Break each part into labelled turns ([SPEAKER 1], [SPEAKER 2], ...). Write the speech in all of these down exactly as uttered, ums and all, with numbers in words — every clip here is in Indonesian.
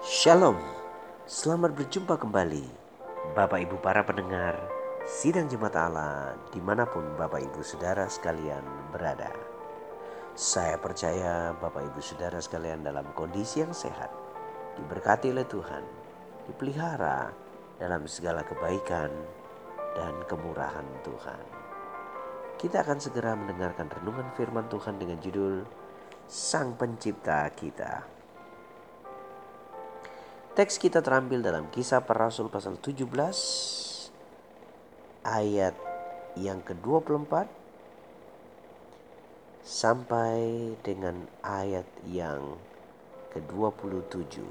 [SPEAKER 1] Shalom, selamat berjumpa kembali Bapak Ibu para pendengar Sidang Jemaat Allah dimanapun Bapak Ibu Saudara sekalian berada. Saya percaya Bapak Ibu Saudara sekalian dalam kondisi yang sehat, diberkati oleh Tuhan, dipelihara dalam segala kebaikan dan kemurahan Tuhan. Kita akan segera mendengarkan renungan firman Tuhan dengan judul Sang Pencipta Kita. Teks kita terambil dalam Kisah Para Rasul pasal tujuh belas ayat yang ke dua puluh empat sampai dengan ayat yang ke dua puluh tujuh.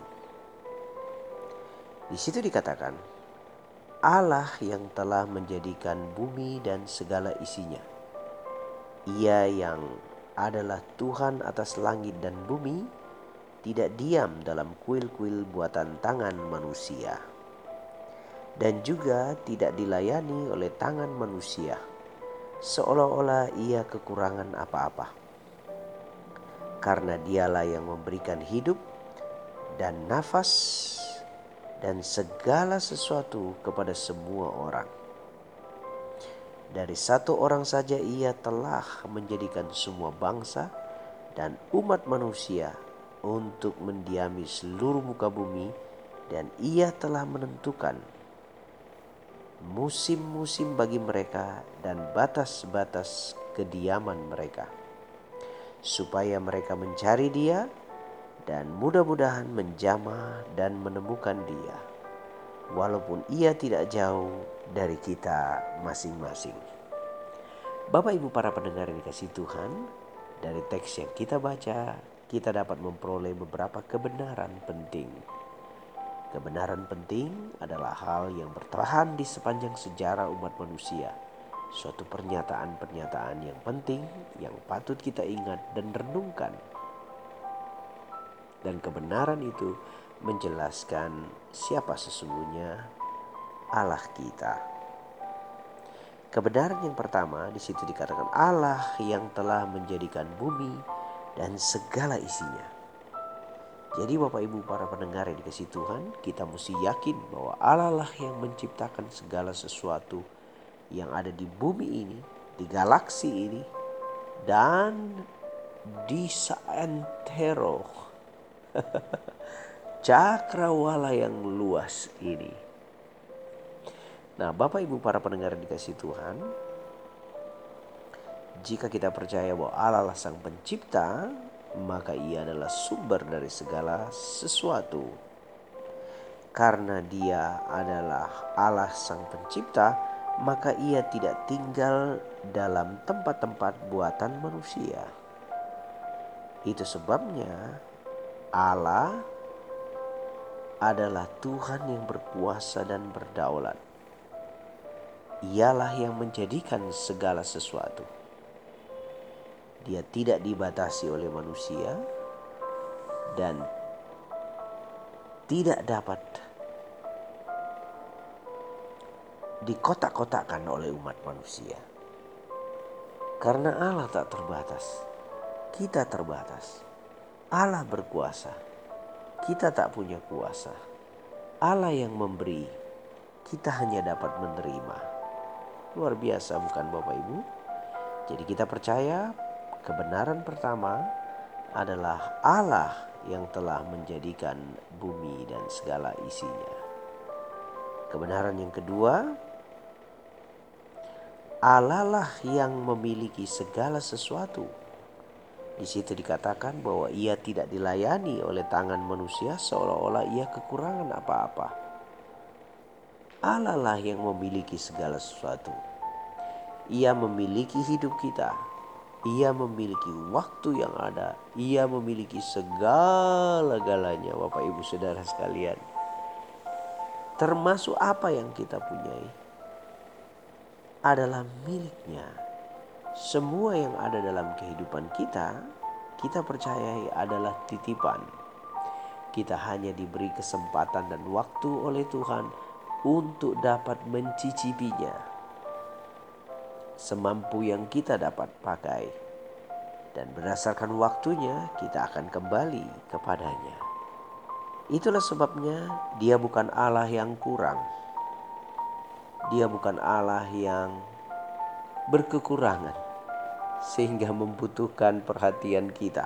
[SPEAKER 1] Di situ dikatakan, Allah yang telah menjadikan bumi dan segala isinya. Ia yang adalah Tuhan atas langit dan bumi, tidak diam dalam kuil-kuil buatan tangan manusia, dan juga tidak dilayani oleh tangan manusia, seolah-olah ia kekurangan apa-apa. Karena dialah yang memberikan hidup dan nafas dan segala sesuatu kepada semua orang. Dari satu orang saja ia telah menjadikan semua bangsa dan umat manusia untuk mendiami seluruh muka bumi, dan ia telah menentukan musim-musim bagi mereka dan batas-batas kediaman mereka, supaya mereka mencari Dia dan mudah-mudahan menjamah dan menemukan Dia, walaupun Ia tidak jauh dari kita masing-masing. Bapak Ibu para pendengar yang dikasihi Tuhan, dari teks yang kita baca, kita dapat memperoleh beberapa kebenaran penting. Kebenaran penting adalah hal yang bertahan di sepanjang sejarah umat manusia. Suatu pernyataan-pernyataan yang penting yang patut kita ingat dan renungkan. Dan kebenaran itu menjelaskan siapa sesungguhnya Allah kita. Kebenaran yang pertama di situ dikatakan Allah yang telah menjadikan bumi dan segala isinya. Jadi Bapak Ibu para pendengar yang dikasihi Tuhan, kita mesti yakin bahwa Allah lah yang menciptakan segala sesuatu yang ada di bumi ini, di galaksi ini, dan di seantero cakrawala yang luas ini. Nah, Bapak Ibu para pendengar yang dikasihi Tuhan, jika kita percaya bahwa Allah lah sang pencipta, maka Ia adalah sumber dari segala sesuatu. Karena Dia adalah Allah sang pencipta, maka Ia tidak tinggal dalam tempat-tempat buatan manusia. Itu sebabnya Allah adalah Tuhan yang berkuasa dan berdaulat. Ialah yang menjadikan segala sesuatu. Dia tidak dibatasi oleh manusia dan tidak dapat dikotak-kotakkan oleh umat manusia. Karena Allah tak terbatas, kita terbatas. Allah berkuasa, kita tak punya kuasa. Allah yang memberi, kita hanya dapat menerima. Luar biasa bukan Bapak Ibu? Jadi kita percaya kebenaran pertama adalah Allah yang telah menjadikan bumi dan segala isinya. Kebenaran yang kedua, Allah lah yang memiliki segala sesuatu. Di situ dikatakan bahwa Ia tidak dilayani oleh tangan manusia seolah-olah Ia kekurangan apa-apa. Allah lah yang memiliki segala sesuatu. Ia memiliki hidup kita. Ia memiliki waktu yang ada. Ia memiliki segala-galanya, Bapak Ibu Saudara sekalian. Termasuk apa yang kita punyai adalah miliknya. Semua yang ada dalam kehidupan kita, kita percayai adalah titipan. Kita hanya diberi kesempatan dan waktu oleh Tuhan untuk dapat mencicipinya semampu yang kita dapat pakai, dan berdasarkan waktunya kita akan kembali kepadanya. Itulah sebabnya Dia bukan Allah yang kurang. Dia bukan Allah yang berkekurangan sehingga membutuhkan perhatian kita.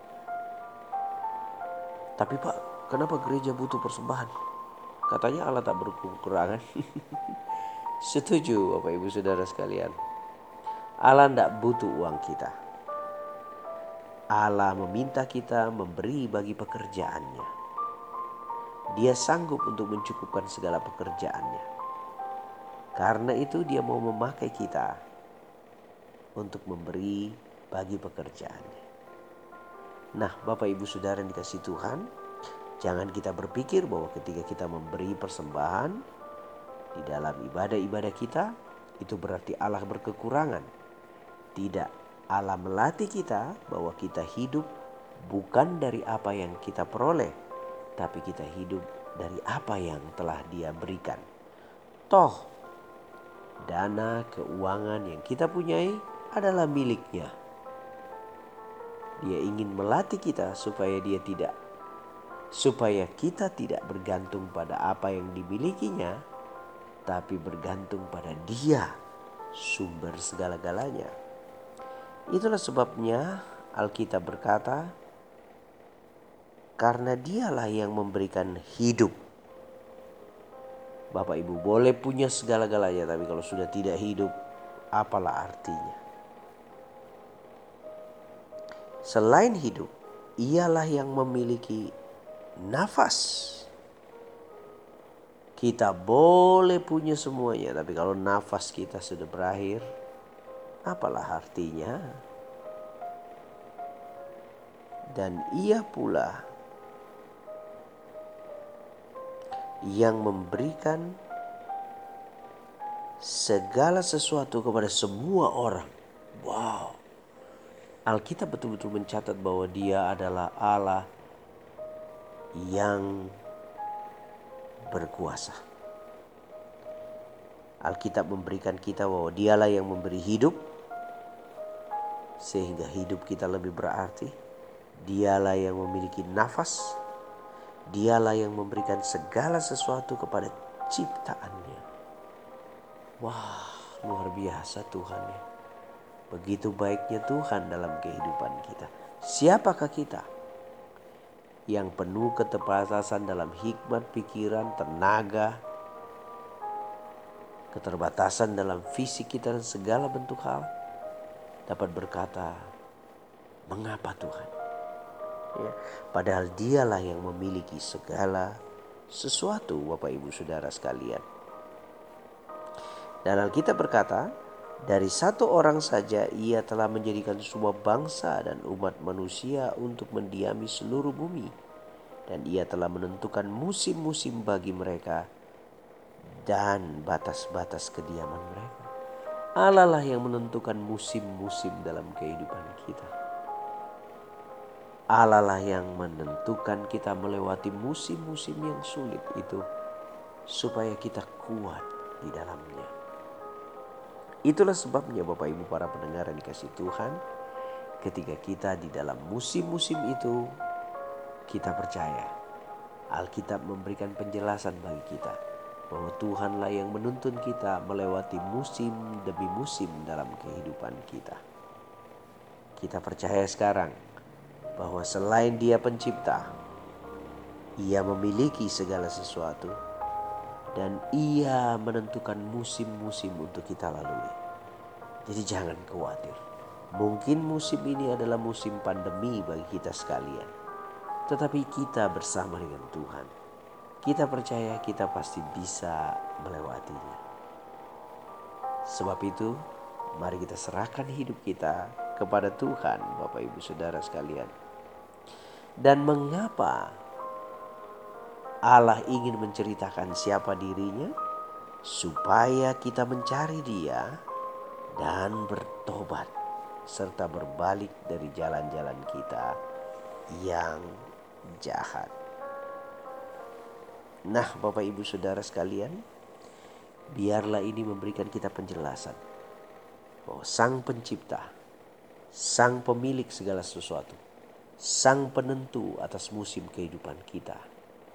[SPEAKER 1] Tapi Pak, kenapa gereja butuh persembahan? Katanya Allah tak berkekurangan. Setuju Bapak Ibu Saudara sekalian. Allah tidak butuh uang kita. Allah meminta kita memberi bagi pekerjaannya. Dia sanggup untuk mencukupkan segala pekerjaannya. Karena itu Dia mau memakai kita untuk memberi bagi pekerjaannya. Nah, Bapak Ibu Saudara yang dikasihi Tuhan, jangan kita berpikir bahwa ketika kita memberi persembahan di dalam ibadah-ibadah kita, itu berarti Allah berkekurangan. Tidak, Allah melatih kita bahwa kita hidup bukan dari apa yang kita peroleh, tapi kita hidup dari apa yang telah Dia berikan. Toh, dana keuangan yang kita punyai adalah miliknya. Dia ingin melatih kita supaya dia tidak supaya kita tidak bergantung pada apa yang dimilikinya, tapi bergantung pada Dia, sumber segala-galanya. Itulah sebabnya Alkitab berkata, karena Dialah yang memberikan hidup. Bapak Ibu boleh punya segala-galanya, tapi kalau sudah tidak hidup, apalah artinya? Selain hidup, Ialah yang memiliki nafas. Kita boleh punya semuanya, tapi kalau nafas kita sudah berakhir, apalah artinya? Dan Ia pula yang memberikan segala sesuatu kepada semua orang. Wow. Alkitab betul-betul mencatat bahwa Dia adalah Allah yang berkuasa. Alkitab memberikan kita bahwa Dialah yang memberi hidup, sehingga hidup kita lebih berarti. Dialah yang memiliki nafas. Dialah yang memberikan segala sesuatu kepada ciptaannya. Wah, luar biasa Tuhan ya. Begitu baiknya Tuhan dalam kehidupan kita. Siapakah kita yang penuh keterbatasan dalam hikmat, pikiran, tenaga, keterbatasan dalam fisik kita dan segala bentuk hal, dapat berkata, mengapa Tuhan? Ya, padahal Dialah yang memiliki segala sesuatu, Bapak Ibu Saudara sekalian. Dan Alkitab berkata, dari satu orang saja Ia telah menjadikan semua bangsa dan umat manusia untuk mendiami seluruh bumi. Dan Ia telah menentukan musim-musim bagi mereka dan batas-batas kediaman mereka. Allah lah yang menentukan musim-musim dalam kehidupan kita. Allah lah yang menentukan kita melewati musim-musim yang sulit itu supaya kita kuat di dalamnya. Itulah sebabnya Bapak Ibu para pendengar yang dikasihi Tuhan, ketika kita di dalam musim-musim itu, kita percaya Alkitab memberikan penjelasan bagi kita bahwa Tuhanlah yang menuntun kita melewati musim demi musim dalam kehidupan kita. Kita percaya sekarang bahwa selain Dia pencipta, Ia memiliki segala sesuatu dan Ia menentukan musim-musim untuk kita lalui. Jadi jangan khawatir. Mungkin musim ini adalah musim pandemi bagi kita sekalian, tetapi kita bersama dengan Tuhan, kita percaya kita pasti bisa melewatinya. Sebab itu, mari kita serahkan hidup kita kepada Tuhan, Bapak Ibu Saudara sekalian. Dan mengapa Allah ingin menceritakan siapa dirinya? Supaya kita mencari Dia dan bertobat serta berbalik dari jalan-jalan kita yang jahat. Nah, Bapak Ibu Saudara sekalian, biarlah ini memberikan kita penjelasan bahwa Sang Pencipta, Sang Pemilik segala sesuatu, Sang Penentu atas musim kehidupan kita,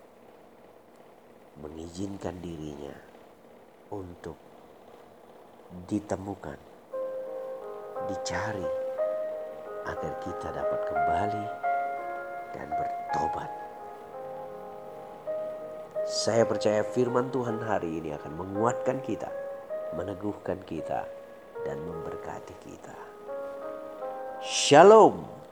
[SPEAKER 1] mengizinkan dirinya untuk ditemukan, dicari, agar kita dapat kembali dan bertobat. Saya percaya firman Tuhan hari ini akan menguatkan kita, meneguhkan kita, dan memberkati kita. Shalom.